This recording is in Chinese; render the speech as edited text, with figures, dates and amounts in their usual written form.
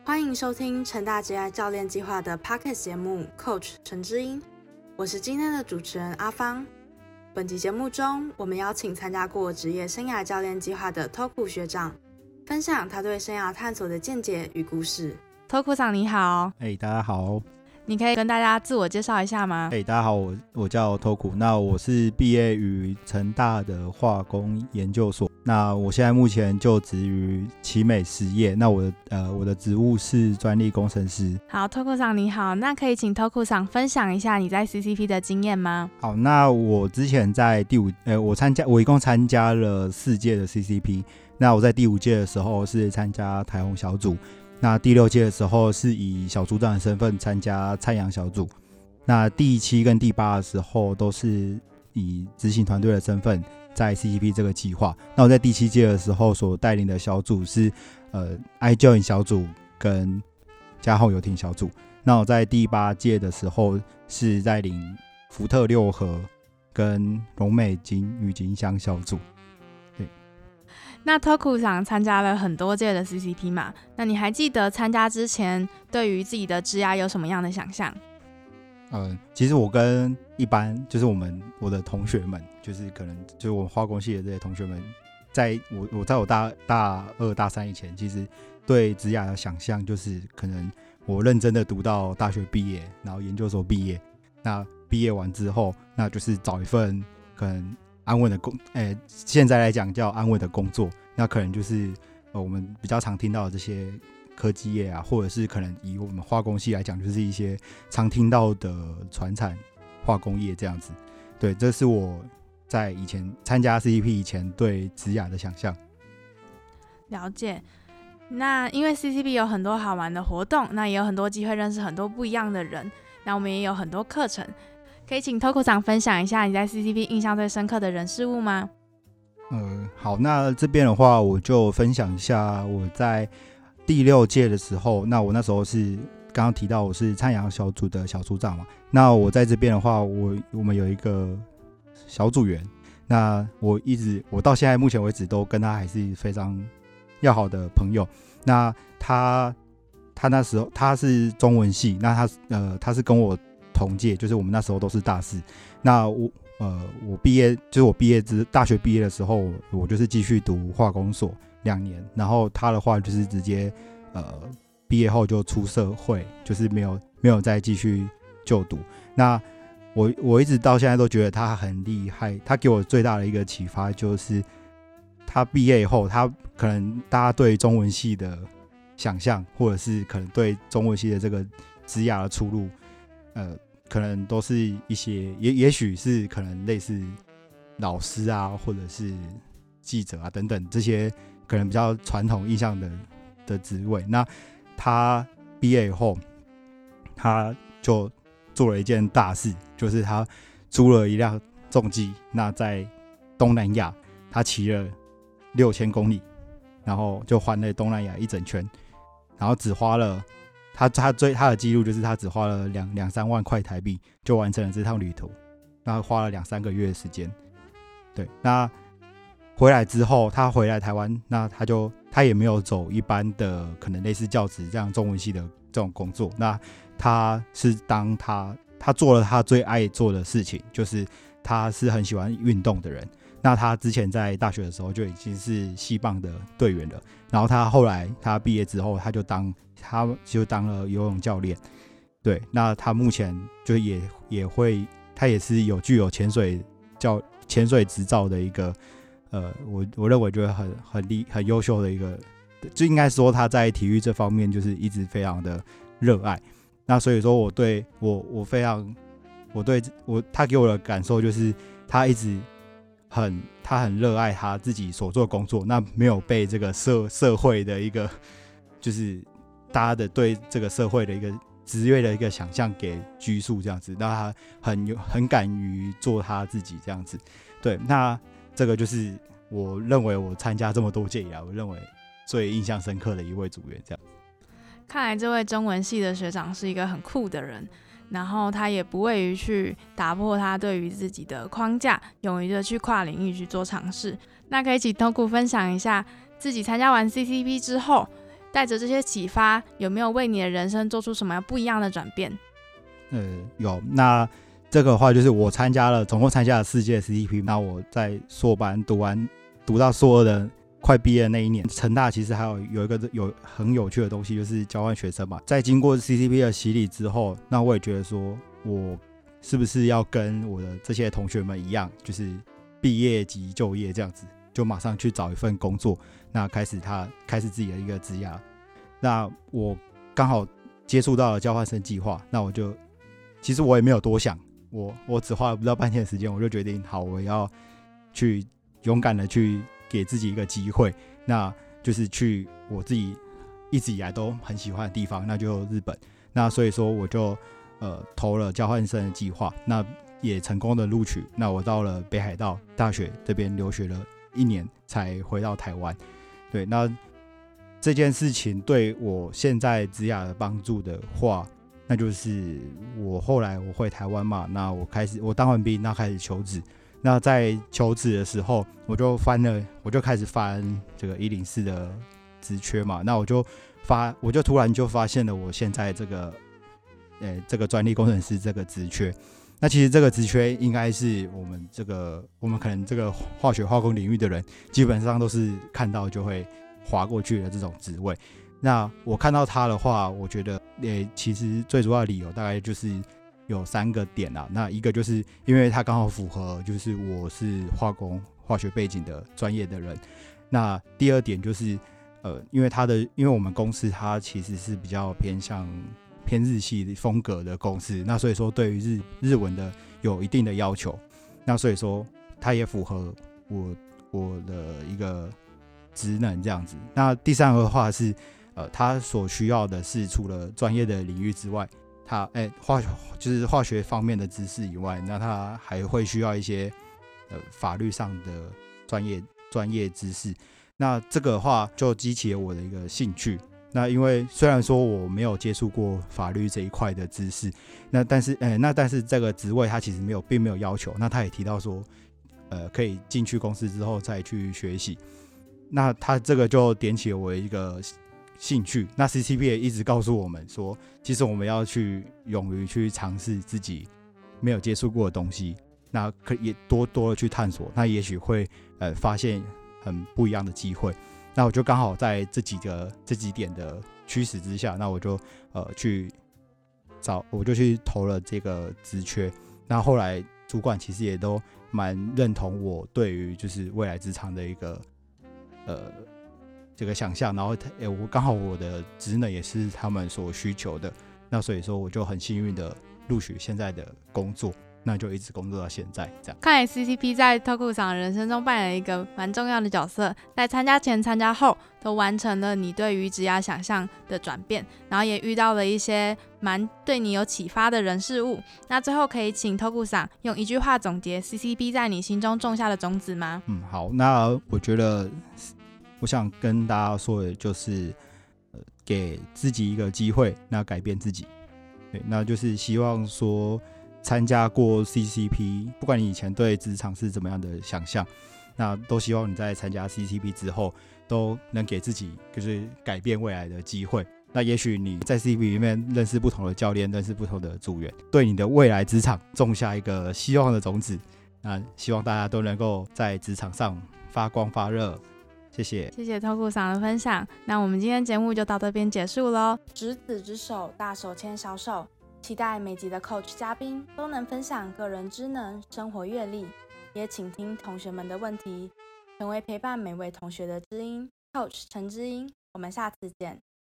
欢迎收听成大职涯教练计划的 Podcast 节目 Coach 陈之音，我是今天的主持人阿芳。本集节目中，我们邀请参加过职业生涯教练计划的 Toku 学长，分享他对生涯探索的见解与故事。 Toku 长你好。 大家好。 你可以跟大家自我介绍一下吗？ 大家好，我叫 Toku， 那我是毕业于成大的化工研究所，那我现在目前就职于奇美实业，那我的职务是专利工程师。 好， Toku 长你好，那可以请 Toku 长分享一下你在 CCP 的经验吗？ 好，那我之前在我一共参加了4届的 CCP， 那我在第5届的时候是参加台红小组，那第6届的时候是以小组长的身份参加餐阳小组，那第7跟第8的时候都是以执行团队的身份在 CCP 这个计划。那我在第7届的时候所带领的小组是iJoin 小组跟嘉后游艇小组。那我在第8届的时候是带领福特六合跟荣美金郁金香小组。 那 Toku 长参加了很多届的 CCP 嘛，那你还记得参加之前对于自己的职涯有什么样的想象？ 其实我跟一般就是我的同学们，就是可能就是我们化工系的这些同学们，在我大2大3以前，其实对职涯的想象就是可能我认真的读到大学毕业，然后研究所毕业，那毕业完之后，那就是找一份可能安稳的现在来讲叫安稳的工作，那可能就是我们比较常听到的这些科技业啊，或者是可能以我们化工系来讲，就是一些常听到的传产化工业这样子。对，这是我在以前参加 CCP 以前对职涯的想象。 了解。那因为 CCP 有很多好玩的活动，那也有很多机会认识很多不一样的人，那我们也有很多课程，可以请 Toku 长分享一下你在 CCP 印象最深刻的人事物吗？ 好，那这边的话我就分享一下我在第6届的时候，那我那时候是刚刚提到我是餐阳小组的小组长嘛，那我在这边的话我们有一个小组员，那我到现在目前为止都跟他还是非常要好的朋友。那他那时候他是中文系，那他是跟我同届，就是我们那时候都是大4。那我毕业大学毕业的时候，我就是继续读化工所2年，然后他的话就是直接毕业后就出社会，就是没有再继续就读。那我一直到现在都觉得他很厉害，他给我最大的一个启发就是他毕业以后，他可能大家对中文系的想象，或者是可能对中文系的这个职涯的出路，可能都是一些也许是可能类似老师啊，或者是记者啊等等这些可能比较传统印象的职位。那他毕业以后，他就做了一件大事，就是他租了一辆重机，那在东南亚他骑了6000公里，然后就环了东南亚一整圈，然后只花了他的记录就是他只花了2-3万块台币就完成了这趟旅途，那花了2-3个月的时间。对，那回来之后，他回来台湾，那他也没有走一般的可能类似教职这样中文系的这种工作，那他是当他做了他最爱做的事情，就是他是很喜欢运动的人。那他之前在大学的时候就已经是系棒的队员了，然后他后来他毕业之后，他就当了游泳教练。对，那他目前就也会，他也是具有潜水执照的一个我认为就很优秀的一个，就应该说他在体育这方面就是一直非常的热爱。那所以说他给我的感受就是他一直他很热爱他自己所做的工作，那没有被这个社会的一个就是大家的对这个社会的一个职业的一个想象给拘束这样子，那他很敢于做他自己这样子。对，那这个就是我认为我参加这么多届以来，我认为最印象深刻的一位组员这样。 看来这位中文系的学长是一个很酷的人，然后他也不畏于去打破他对于自己的框架，勇于的去跨领域去做尝试。那可以请Toku分享一下自己参加完 CCP 之后带着这些启发，有没有为你的人生做出什么不一样的转变？ 有。那这个的话就是我总共参加了4届 CCP。那我在硕班读到硕2的快毕业的那一年，成大其实还有一个很有趣的东西，就是交换学生嘛。在经过 CCP 的洗礼之后，那我也觉得说，我是不是要跟我的这些同学们一样，就是毕业即就业这样子，就马上去找一份工作，那开始自己的一个职涯。那我刚好接触到了交换生计划，那其实我也没有多想，我只花了不到半天的时间，我就决定好，我要去勇敢的去给自己一个机会，那就是去我自己一直以来都很喜欢的地方，那就日本。那所以说我就投了交换生的计划，那也成功的录取。那我到了北海道大学这边留学了1年，才回到台湾。对，那这件事情对我现在职涯的帮助的话，那就是后来我回台湾嘛，那我当完兵，那开始求职。那在求职的时候，我就开始翻这个104的职缺嘛，那我就突然就发现了我现在这个专利工程师这个职缺。那其实这个职缺应该是我们可能这个化工领域的人基本上都是看到就会滑过去的这种职位。那我看到它的话，我觉得其实最主要的理由大概就是有3个点啦。那一个就是因为它刚好符合就是我是化学背景的专业的人。那第二点就是因为我们公司它其实是比较偏日系风格的公司，那所以说对于日文的有一定的要求，那所以说它也符合我的一个职能这样子。那第3个的话是它所需要的是除了专业的领域之外，它就是化学方面的知识以外，那它还会需要一些法律上的专业知识。那这个的话就激起了我的一个兴趣。那因为虽然说我没有接触过法律这一块的知识，但是这个职位它其实并没有要求。那他也提到说可以进去公司之后再去学习。那他这个就点起了我的一个兴趣。那 CCP 也一直告诉我们说，其实我们要勇于去尝试自己没有接触过的东西，那可以多的去探索，那也许会发现很不一样的机会。那我就刚好在这几点的驱使之下，那我就去投了这个职缺。那后来主管其实也都蛮认同我对于就是未来职场的一个这个想象，然后我刚好我的职能也是他们所需求的，那所以说我就很幸运的录取现在的工作，那就一直工作到现在这样。 看来 CCP 在 Toku-san 人生中扮演了一个蛮重要的角色，在参加前参加后都完成了你对于职涯想象的转变，然后也遇到了一些蛮对你有启发的人事物。那最后可以请 Toku-san 用一句话总结 CCP 在你心中种下的种子吗？ 好，那我觉得我想跟大家说的就是给自己一个机会，那改变自己。对，那就是希望说参加过 CCP， 不管你以前对职场是怎么样的想象，那都希望你在参加 CCP 之后都能给自己就是改变未来的机会。那也许你在 CCP 里面认识不同的教练，认识不同的组员，对你的未来职场种下一个希望的种子。那希望大家都能够在职场上发光发热。谢谢 Toku-san 的分享。那我们今天节目就到这边结束咯。 执子之手，大手牵小手，期待每集的 Coach 嘉宾都能分享个人知能、生活阅历，也倾听同学们的问题，成为陪伴每位同学的知音。Coach 陈知音，我们下次见。